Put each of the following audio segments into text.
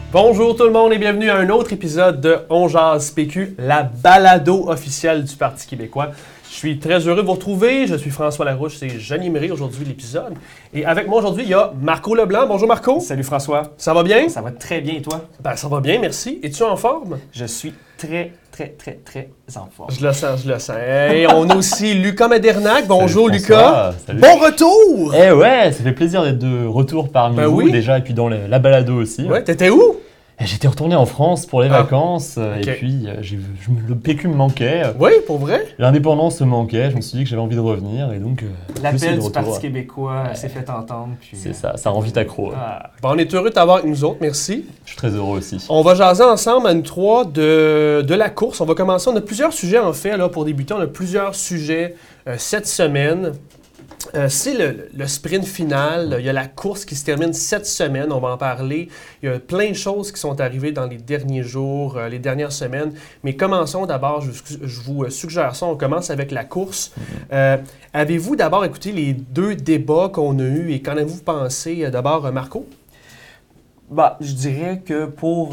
Bonjour tout le monde et bienvenue à un autre épisode de On Jase PQ, la balado officielle du Parti québécois. Je suis très heureux de vous retrouver. Je suis François Larouche, c'est j'animerai aujourd'hui l'épisode. Et avec moi aujourd'hui, il y a Marco Leblanc. Bonjour Marco. Salut François. Ça va bien? Ça va très bien et toi? Ben, ça va bien, merci. Es-tu en forme? Je suis très en forme. Je le sens. Et on a aussi Lucas Madernac. Bonjour Salut, Lucas. salut. Bon retour! Eh ouais, ça fait plaisir d'être de retour parmi vous oui. déjà, et puis dans la balado aussi. Ouais, t'étais où? Et j'étais retourné en France pour les vacances, ok. et puis le PQ me manquait, Oui, pour vrai? l'indépendance me manquait, je me suis dit que j'avais envie de revenir, et donc je suis L'appel de du retour. Parti québécois s'est fait entendre. Puis, C'est ça rend vite accro. Bon, on est heureux de t'avoir avec nous autres, merci. Je suis très heureux aussi. On va jaser ensemble à nous trois de la course. On va commencer. On a plusieurs sujets en fait, là, pour débuter. On a plusieurs sujets cette semaine. C'est le sprint final. Il y a la course qui se termine cette semaine. On va en parler. Il y a plein de choses qui sont arrivées dans les derniers jours, les dernières semaines. Mais commençons d'abord. Je vous suggère ça. On commence avec la course. Avez-vous d'abord écouté les deux débats qu'on a eus et qu'en avez-vous pensé? D'abord, Marco? Bah, je dirais que pour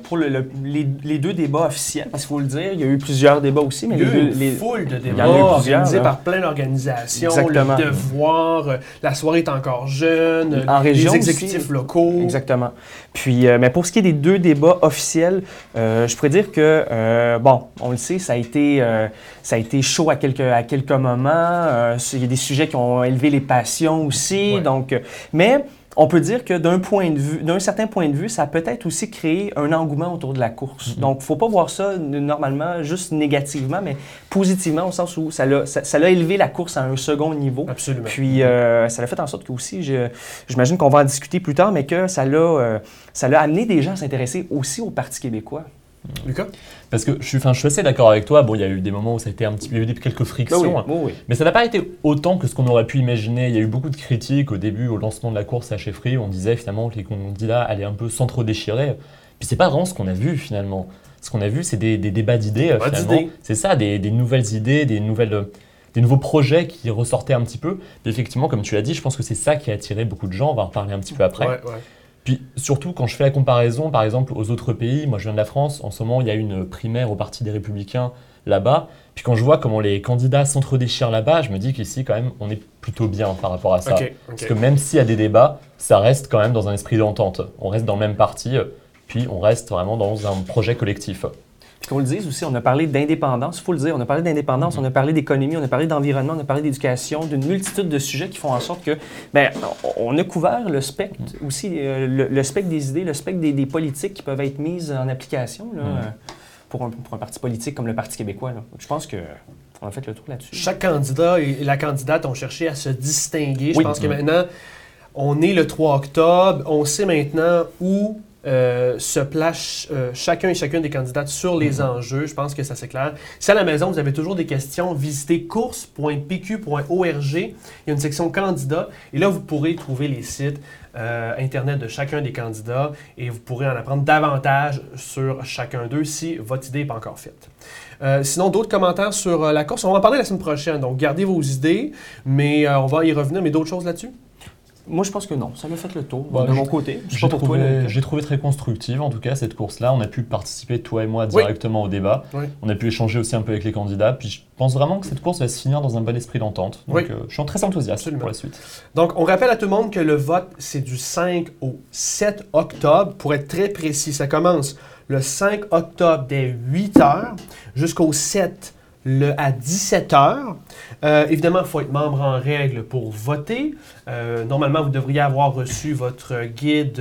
les deux débats officiels, parce qu'il faut le dire, il y a eu plusieurs débats aussi, mais Il y a eu les une foule de il y débats en a eu plusieurs, organisés là. par plein d'organisations, Exactement. le devoir, la soirée est encore jeune, En région les exécutifs aussi. locaux. Exactement. Puis, mais pour ce qui est des deux débats officiels, je pourrais dire que, bon, on le sait, ça a été chaud à quelques moments. Il y a des sujets qui ont élevé les passions aussi. Ouais. Donc, mais on peut dire que d'un certain point de vue, ça a peut-être aussi créé un engouement autour de la course. Donc, il ne faut pas voir ça normalement juste négativement, mais positivement au sens où ça l'a élevé la course à un second niveau. Absolument. Puis, ça l'a fait en sorte que aussi, j'imagine qu'on va en discuter plus tard, mais que ça l'a amené des gens à s'intéresser aussi au Parti québécois. Lucas? Parce que je suis assez d'accord avec toi. Bon, il y a eu des moments où ça a été il y a eu quelques frictions. Oui. Mais ça n'a pas été autant que ce qu'on aurait pu imaginer. Il y a eu beaucoup de critiques au début, au lancement de la course à chefferie. On disait finalement que les candidats allaient un peu s'entre-déchirer. Puis c'est pas vraiment ce qu'on a vu finalement. Ce qu'on a vu, c'est des débats d'idées finalement. C'est ça, des nouvelles idées, des nouveaux projets qui ressortaient un petit peu. Puis effectivement, comme tu l'as dit, je pense que c'est ça qui a attiré beaucoup de gens. On va en reparler un petit peu après. Ouais. Puis surtout, quand je fais la comparaison, par exemple, aux autres pays, moi je viens de la France, en ce moment il y a une primaire au Parti des Républicains là-bas. Puis quand je vois comment les candidats s'entre-déchirent là-bas, je me dis qu'ici quand même on est plutôt bien par rapport à ça. Ok. Parce que même s'il y a des débats, ça reste quand même dans un esprit d'entente. On reste dans le même parti, puis on reste vraiment dans un projet collectif. Puis qu'on le dise aussi, on a parlé d'indépendance, il faut le dire, on a parlé d'indépendance, on a parlé d'économie, on a parlé d'environnement, on a parlé d'éducation, d'une multitude de sujets qui font en sorte que, bien, on a couvert le spectre aussi, le spectre des idées, le spectre des politiques qui peuvent être mises en application là, pour un parti politique comme le Parti québécois. Là. Je pense qu'on a fait le tour là-dessus. Chaque candidat et la candidate ont cherché à se distinguer. Je Oui. pense que maintenant, on est le 3 octobre, on sait maintenant où se place chacun et chacune des candidates sur les enjeux. Je pense que ça c'est clair. Si à la maison, vous avez toujours des questions, visitez course.pq.org. Il y a une section candidats et là, vous pourrez trouver les sites Internet de chacun des candidats et vous pourrez en apprendre davantage sur chacun d'eux si votre idée n'est pas encore faite. Sinon, d'autres commentaires sur la course. On va en parler la semaine prochaine, donc gardez vos idées, mais on va y revenir. Mais d'autres choses là-dessus? Moi, je pense que non. Ça m'a fait le tour Bon, de mon côté. Je sais J'ai pas pour toi. là. trouvé très constructive en tout cas cette course-là. On a pu participer, toi et moi, directement au débat. Oui. On a pu échanger aussi un peu avec les candidats. Puis je pense vraiment que cette course va se finir dans un bon esprit d'entente. Donc Oui. je suis très enthousiaste Absolument. pour la suite. Donc, on rappelle à tout le monde que le vote, c'est du 5 au 7 octobre. Pour être très précis, ça commence le 5 octobre dès 8 h jusqu'au 7 à 17 h. Évidemment, il faut être membre en règle pour voter. Normalement, vous devriez avoir reçu votre guide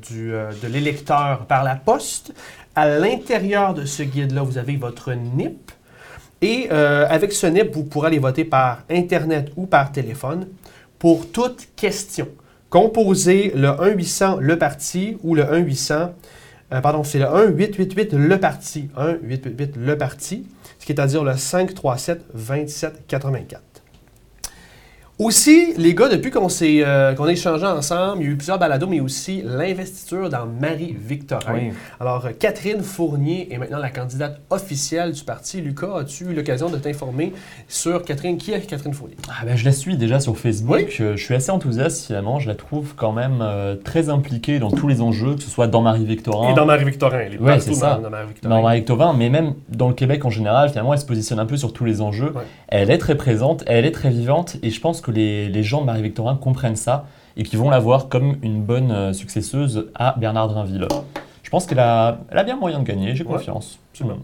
de l'électeur par la poste. À l'intérieur de ce guide-là, vous avez votre NIP. Et avec ce NIP, vous pourrez aller voter par Internet ou par téléphone pour toute question. Composez le 1-800 le parti ou le 1-800, c'est le 1-888 le parti. 1-888 le parti, ce qui est à dire le 537-2784. Aussi, les gars, depuis qu'on a échangé ensemble, il y a eu plusieurs balados, mais aussi l'investiture dans Marie-Victorin. Oui. Alors, Catherine Fournier est maintenant la candidate officielle du parti. Lucas, as-tu eu l'occasion de t'informer sur Catherine? Qui est Catherine Fournier? Ah ben, je la suis déjà sur Facebook. Oui. Je suis assez enthousiaste finalement. Je la trouve quand même très impliquée dans tous les enjeux, que ce soit dans Marie-Victorin. Et dans Marie-Victorin. Elle est Ouais, partout c'est ça. dans Marie-Victorin. Dans Marie-Victorin, mais même dans le Québec en général, finalement, elle se positionne un peu sur tous les enjeux. Ouais. Elle est très présente, elle est très vivante, et je pense que les gens de Marie-Victorin comprennent ça et qui vont la voir comme une bonne successeuse à Bernard Drinville. Je pense qu'elle a bien moyen de gagner, j'ai confiance. Absolument.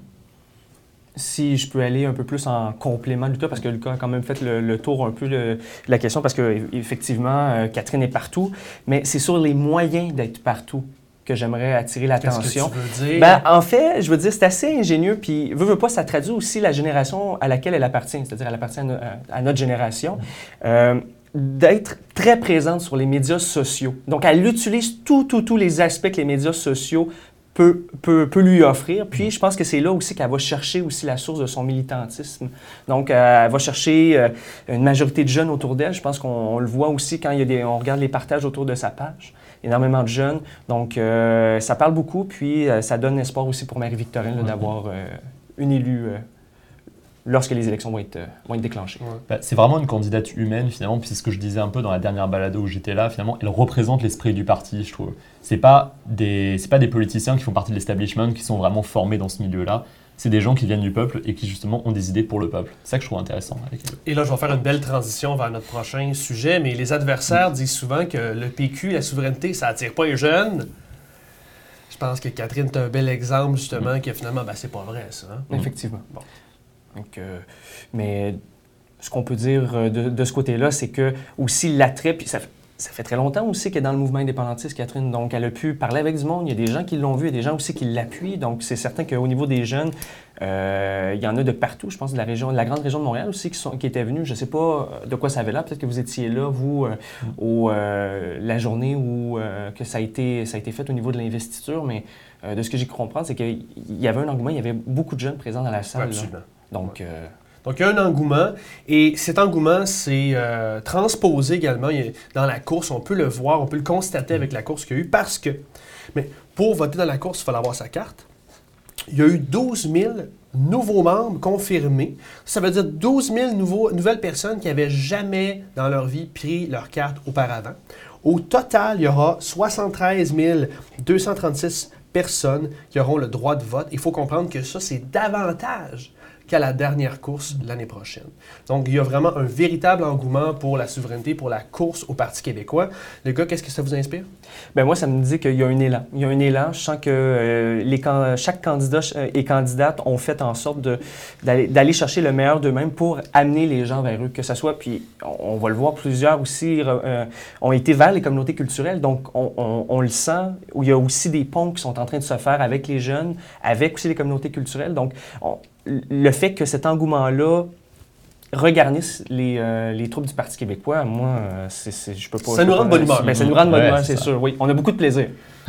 Si je peux aller un peu plus en complément de Lucas, parce que Lucas a quand même fait le tour un peu de la question, parce qu'effectivement, Catherine est partout, mais c'est sur les moyens d'être partout que j'aimerais attirer l'attention. Qu'est-ce que tu veux dire? Ben, en fait, je veux dire, c'est assez ingénieux, puis veut pas, ça traduit aussi la génération à laquelle elle appartient, c'est-à-dire elle appartient à notre génération, d'être très présente sur les médias sociaux. Donc, elle utilise tous les aspects que les médias sociaux peut lui offrir. Puis, je pense que c'est là aussi qu'elle va chercher aussi la source de son militantisme. Donc, elle va chercher une majorité de jeunes autour d'elle. Je pense qu'on le voit aussi quand on regarde les partages autour de sa page. Énormément de jeunes. Donc, ça parle beaucoup. Puis, ça donne espoir aussi pour Marie-Victorin d'avoir une élue lorsque les élections vont être déclenchées. Ouais. Bah, c'est vraiment une candidate humaine finalement, puis c'est ce que je disais un peu dans la dernière balado où j'étais là, finalement, elle représente l'esprit du parti, je trouve. C'est pas des politiciens qui font partie de l'establishment, qui sont vraiment formés dans ce milieu-là. C'est des gens qui viennent du peuple et qui justement ont des idées pour le peuple. C'est ça que je trouve intéressant avec eux. Et là, je vais faire une belle transition vers notre prochain sujet, mais les adversaires disent souvent que le PQ, la souveraineté, ça attire pas les jeunes. Je pense que Catherine est un bel exemple, justement, que finalement, ben, c'est pas vrai, ça. Hein? Effectivement. Bon. Donc, mais ce qu'on peut dire de ce côté-là, c'est que aussi l'attrait, puis ça fait très longtemps aussi qu'elle est dans le mouvement indépendantiste, Catherine. Donc, elle a pu parler avec du monde. Il y a des gens qui l'ont vu, il y a des gens aussi qui l'appuient. Donc, c'est certain qu'au niveau des jeunes, il y en a de partout. Je pense de la grande région de Montréal aussi qui étaient venus. Je ne sais pas de quoi ça avait l'air. Peut-être que vous étiez là, vous, la journée où que ça a été fait au niveau de l'investiture. Mais de ce que j'ai compris, c'est qu'il y avait un engouement. Il y avait beaucoup de jeunes présents dans la salle. Oui, absolument. Là. Donc, Donc, il y a un engouement, et cet engouement s'est transposé également dans la course. On peut le voir, on peut le constater avec la course qu'il y a eu, parce que, mais pour voter dans la course, il fallait avoir sa carte. Il y a eu 12 000 nouveaux membres confirmés. Ça veut dire 12 000 nouvelles personnes qui n'avaient jamais dans leur vie pris leur carte auparavant. Au total, il y aura 73 236 personnes qui auront le droit de vote. Il faut comprendre que ça, c'est davantage qu'à la dernière course l'année prochaine. Donc, il y a vraiment un véritable engouement pour la souveraineté, pour la course au Parti québécois. Les gars, qu'est-ce que ça vous inspire? Bien, moi, ça me dit qu'il y a un élan. Il y a un élan. Je sens que chaque candidat et candidate ont fait en sorte d'aller chercher le meilleur d'eux-mêmes pour amener les gens vers eux. Que ce soit, puis on va le voir, plusieurs aussi ont été vers les communautés culturelles. Donc, on le sent, où il y a aussi des ponts qui sont en train de se faire avec les jeunes, avec aussi les communautés culturelles. Donc, le fait que cet engouement-là regarnisse les troupes du Parti québécois, moi, je peux pas... Ça nous rend de bonne humeur. Ça nous rend de bonne humeur, Ouais, c'est ça. sûr. Oui, on a beaucoup de plaisir.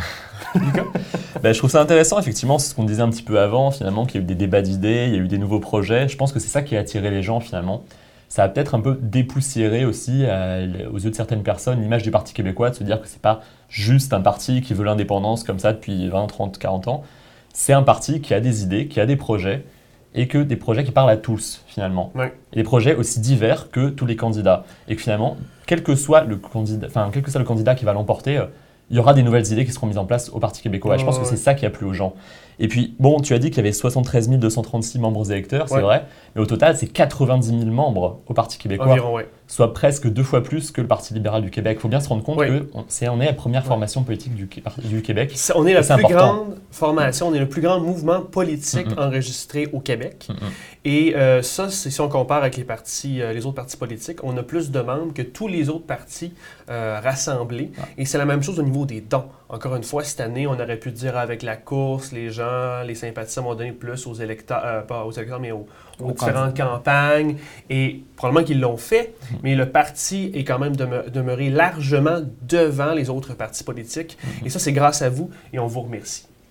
Ben, je trouve ça intéressant, effectivement, c'est ce qu'on disait un petit peu avant, finalement, qu'il y a eu des débats d'idées, il y a eu des nouveaux projets. Je pense que c'est ça qui a attiré les gens, finalement. Ça a peut-être un peu dépoussiéré aussi, aux yeux de certaines personnes, l'image du Parti québécois, de se dire que c'est pas juste un parti qui veut l'indépendance comme ça depuis 20, 30, 40 ans. C'est un parti qui a des idées, qui a des projets, et que des projets qui parlent à tous, finalement. Ouais. Et des projets aussi divers que tous les candidats. Et que finalement, quel que soit le candidat qui va l'emporter, il y aura des nouvelles idées qui seront mises en place au Parti québécois. Et je pense que c'est ça qui a plu aux gens. Et puis, bon, tu as dit qu'il y avait 73 236 membres électeurs, c'est vrai, mais au total, c'est 90 000 membres au Parti québécois, Environ, oui. soit presque 2 fois plus que le Parti libéral du Québec. Il faut bien se rendre compte qu'on est la première formation politique du Québec. On est la plus important. grande formation, on est le plus grand mouvement politique enregistré au Québec. Et ça, c'est si on compare avec les autres partis politiques, on a plus de membres que tous les autres partis rassemblés. Et c'est la même chose au niveau des dons. Encore une fois, cette année, on aurait pu dire avec la course, les gens, les sympathisants vont donner plus aux électeurs, pas aux électeurs, mais aux différentes campagnes. Et probablement qu'ils l'ont fait, mais le parti est quand même demeuré largement devant les autres partis politiques. Et ça, c'est grâce à vous et on vous remercie.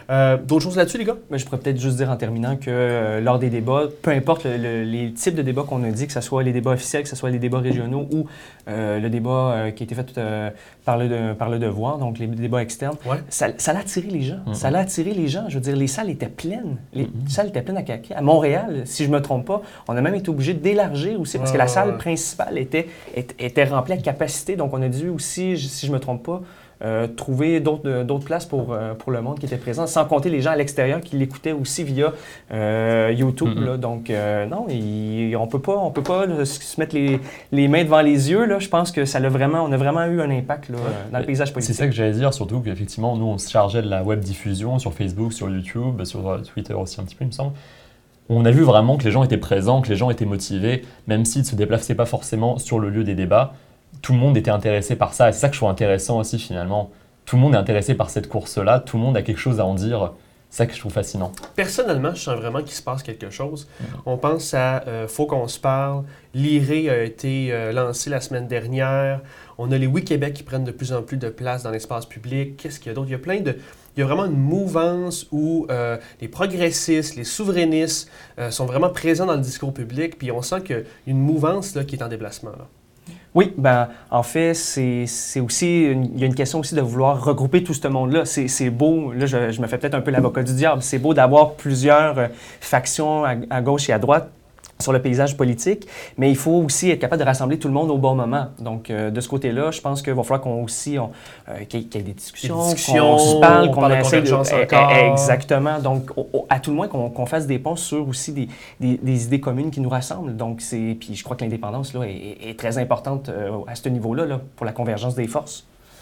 D'autres choses là-dessus, les gars? Mais je pourrais peut-être juste dire en terminant que lors des débats, peu importe les types de débats qu'on a dit, que ce soit les débats officiels, que ce soit les débats régionaux ou le débat qui a été fait par le Devoir, donc les débats externes, ça l'a attiré les gens. Ça l'a attiré les gens. Je veux dire, les salles étaient pleines. Les salles étaient pleines à Montréal, si je ne me trompe pas. On a même été obligé d'élargir aussi parce que la salle principale était remplie à capacité. Donc, on a dû aussi, si je ne me trompe pas, trouver d'autres places pour le monde qui était présent, sans compter les gens à l'extérieur qui l'écoutaient aussi via YouTube. Là. Donc, non, on peut pas là, se mettre les mains devant les yeux. Là. Je pense que on a vraiment eu un impact là, dans le paysage politique. C'est ça que j'allais dire, surtout qu'effectivement, nous, on se chargeait de la web diffusion sur Facebook, sur YouTube, sur Twitter aussi un petit peu, il me semble. On a vu vraiment que les gens étaient présents, que les gens étaient motivés, même s'ils ne se déplaçaient pas forcément sur le lieu des débats. Tout le monde était intéressé par ça. Et c'est ça que je trouve intéressant aussi, finalement. Tout le monde est intéressé par cette course-là. Tout le monde a quelque chose à en dire. C'est ça que je trouve fascinant. Personnellement, je sens vraiment qu'il se passe quelque chose. On pense à Faut qu'on se parle. L'IRE a été lancé la semaine dernière. On a les Oui Québec qui prennent de plus en plus de place dans l'espace public. Qu'est-ce qu'il y a d'autre? Il y a vraiment une mouvance où les progressistes, les souverainistes sont vraiment présents dans le discours public. Puis on sent qu'il y a une mouvance là, qui est en déplacement. Là. Oui, ben en fait, c'est aussi, il y a une question aussi de vouloir regrouper tout ce monde-là. C'est beau, là je me fais peut-être un peu l'avocat du diable, c'est beau d'avoir plusieurs factions à gauche et à droite sur le paysage politique, mais il faut aussi être capable de rassembler tout le monde au bon moment. Donc, de ce côté-là, je pense qu'il va falloir qu'il y ait des discussions, qu'on se parle, qu'on essaie de... Exactement. Donc, à tout le moins, qu'on fasse des ponts sur aussi des idées communes qui nous rassemblent. Donc, puis je crois que l'indépendance là, est très importante à ce niveau-là là, pour la convergence des forces.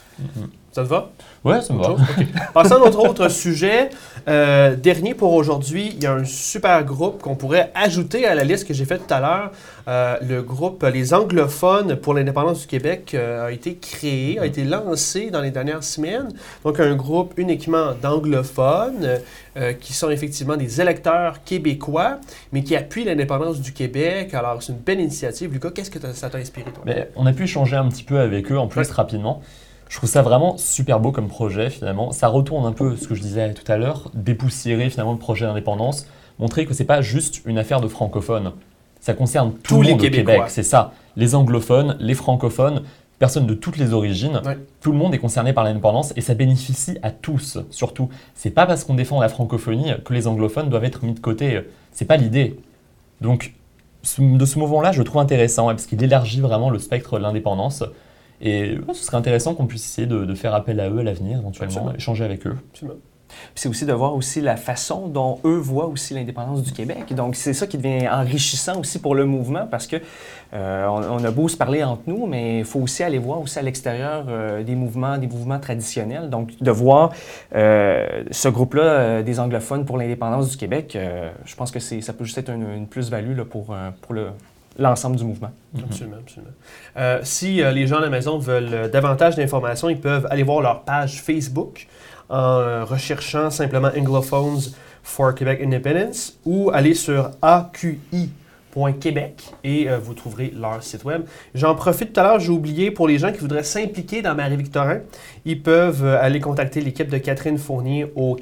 Ça te va? Oui, ça me va. Okay. Passons à notre autre sujet. Dernier pour aujourd'hui, il y a un super groupe qu'on pourrait ajouter à la liste que j'ai faite tout à l'heure. Le groupe Les Anglophones pour l'indépendance du Québec a été créé, a été lancé dans les dernières semaines. Donc, un groupe uniquement d'anglophones qui sont effectivement des électeurs québécois, mais qui appuient l'indépendance du Québec. Alors, c'est une belle initiative. Lucas, qu'est-ce que ça t'a inspiré, toi? Mais on a pu échanger un petit peu avec eux en plus rapidement. Je trouve ça vraiment super beau comme projet finalement. Ça retourne un peu ce que je disais tout à l'heure, dépoussiérer finalement le projet d'indépendance, montrer que c'est pas juste une affaire de francophones. Ça concerne tout le monde au Québec, c'est ça. Les anglophones, les francophones, personnes de toutes les origines, tout le monde est concerné par l'indépendance et ça bénéficie à tous surtout. C'est pas parce qu'on défend la francophonie que les anglophones doivent être mis de côté. C'est pas l'idée. Donc de ce mouvement-là, je le trouve intéressant parce qu'il élargit vraiment le spectre de l'indépendance. Et ce serait intéressant qu'on puisse essayer de faire appel à eux à l'avenir, éventuellement, échanger avec eux. Absolument. Puis c'est aussi de voir aussi la façon dont eux voient aussi l'indépendance du Québec. Donc, c'est ça qui devient enrichissant aussi pour le mouvement parce que on a beau se parler entre nous, mais il faut aussi aller voir aussi à l'extérieur des mouvements traditionnels. Donc, de voir ce groupe-là des anglophones pour l'indépendance du Québec, je pense que ça peut juste être une plus-value là, pour l'ensemble du mouvement. Absolument, absolument. Si les gens à la maison veulent davantage d'informations, ils peuvent aller voir leur page Facebook en recherchant simplement Anglophones for Quebec Independence ou aller sur aqi.québec et vous trouverez leur site web. J'en profite tout à l'heure, j'ai oublié, pour les gens qui voudraient s'impliquer dans Marie-Victorin, ils peuvent aller contacter l'équipe de Catherine Fournier au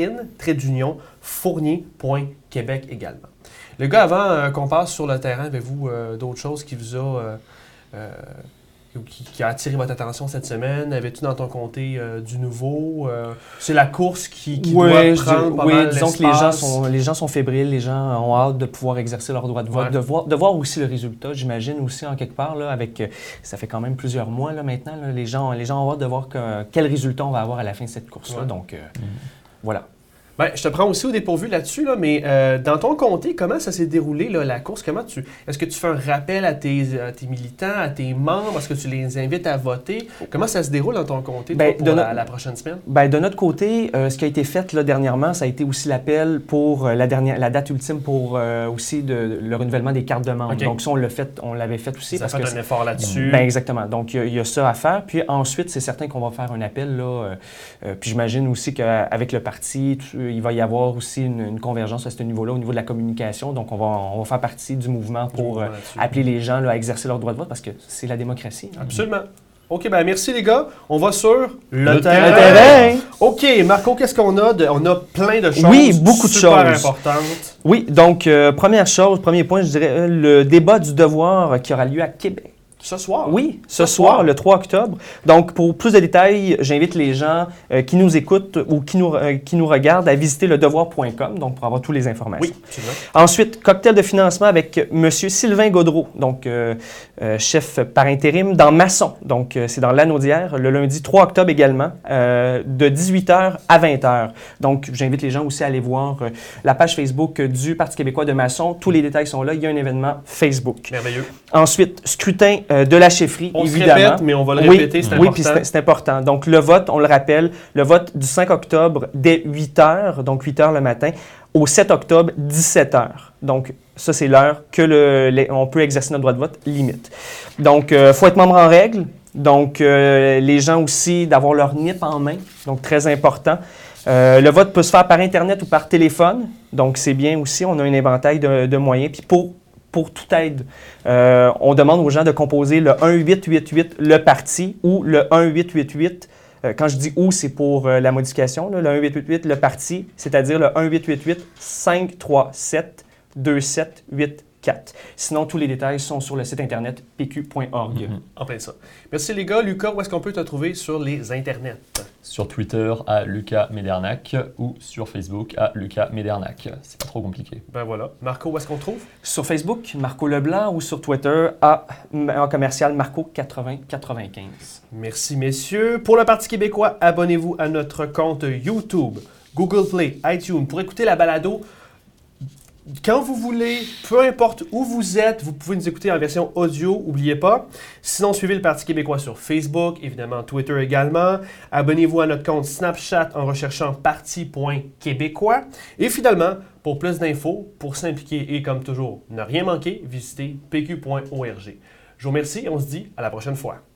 Catherine-Fournier.Québec également. Le gars, avant qu'on passe sur le terrain, avez-vous d'autres choses qui vous a qui a attiré votre attention cette semaine? Avais-tu dans ton comté du nouveau? C'est la course qui doit prendre pas mal disons l'espace. Que les gens sont fébriles, les gens ont hâte de pouvoir exercer leur droit de vote, de voir aussi le résultat, j'imagine aussi en quelque part, là, ça fait quand même plusieurs mois là, maintenant, là, les gens ont hâte de voir quel résultat on va avoir à la fin de cette course-là. Donc, voilà. Ben, je te prends aussi au dépourvu là-dessus, là, mais dans ton comté, comment ça s'est déroulé, là, la course? Est-ce que tu fais un rappel à tes militants, à tes membres? Est-ce que tu les invites à voter? Comment ça se déroule dans ton comté pour la prochaine semaine? Ben, de notre côté, ce qui a été fait là, dernièrement, ça a été aussi l'appel pour la date ultime pour aussi le renouvellement des cartes de membres. Okay. Donc ça, on l'avait fait aussi. Ça fait un effort là-dessus. Ben, exactement. Donc il y a ça à faire. Puis ensuite, c'est certain qu'on va faire un appel. Là, puis j'imagine aussi qu'avec le parti, il va y avoir aussi une convergence à ce niveau-là, au niveau de la communication. Donc, on va faire partie du mouvement pour appeler les gens là, à exercer leur droit de vote parce que c'est la démocratie. Absolument. OK, ben merci les gars. On va sur le terrain. terrain. OK, Marco, qu'est-ce qu'on a? On a plein de choses. Oui, beaucoup de super choses. importantes. Oui, donc, première chose, premier point, je dirais, le débat du devoir qui aura lieu à Québec. Ce soir? Oui, ce soir, le 3 octobre. Donc, pour plus de détails, j'invite les gens qui nous écoutent ou qui nous regardent à visiter ledevoir.com, donc pour avoir toutes les informations. Oui, absolument. Ensuite, cocktail de financement avec M. Sylvain Gaudreau, donc chef par intérim dans Masson. Donc, c'est dans l'Anaudière, le lundi 3 octobre également, de 18h à 20h. Donc, j'invite les gens aussi à aller voir la page Facebook du Parti québécois de Masson. Tous les détails sont là. Il y a un événement Facebook. Merveilleux. Ensuite, scrutin de la chefferie, On évidemment. se répète, mais on va le Oui, répéter, c'est oui, important. puis c'est important. Donc, le vote, on le rappelle, le vote du 5 octobre dès 8h, donc 8h le matin, au 7 octobre, 17h. Donc, ça, c'est l'heure que on peut exercer notre droit de vote limite. Donc, il faut être membre en règle. Donc, les gens aussi, d'avoir leur NIP en main. Donc, très important. Le vote peut se faire par Internet ou par téléphone. Donc, c'est bien aussi. On a un éventail de moyens. Puis, pour toute aide, on demande aux gens de composer le 1-888 le parti ou le 1-888. Quand je dis « ou », c'est pour la modification, là, le 1-888 le parti, c'est-à-dire le 1-888-537-2784. Sinon, tous les détails sont sur le site internet pq.org. En plein ça. Merci les gars. Lucas, où est-ce qu'on peut te trouver sur les internets? Sur Twitter à Lucas Médernac ou sur Facebook à Lucas Médernac. C'est pas trop compliqué. Ben voilà. Marco, où est-ce qu'on te trouve? Sur Facebook, Marco Leblanc, ou sur Twitter en commercial Marco8095. Merci messieurs. Pour le Parti québécois, abonnez-vous à notre compte YouTube, Google Play, iTunes pour écouter la balado quand vous voulez, peu importe où vous êtes, vous pouvez nous écouter en version audio, n'oubliez pas. Sinon, suivez le Parti québécois sur Facebook, évidemment Twitter également. Abonnez-vous à notre compte Snapchat en recherchant parti.québécois. Et finalement, pour plus d'infos, pour s'impliquer et comme toujours, ne rien manquer, visitez pq.org. Je vous remercie et on se dit à la prochaine fois.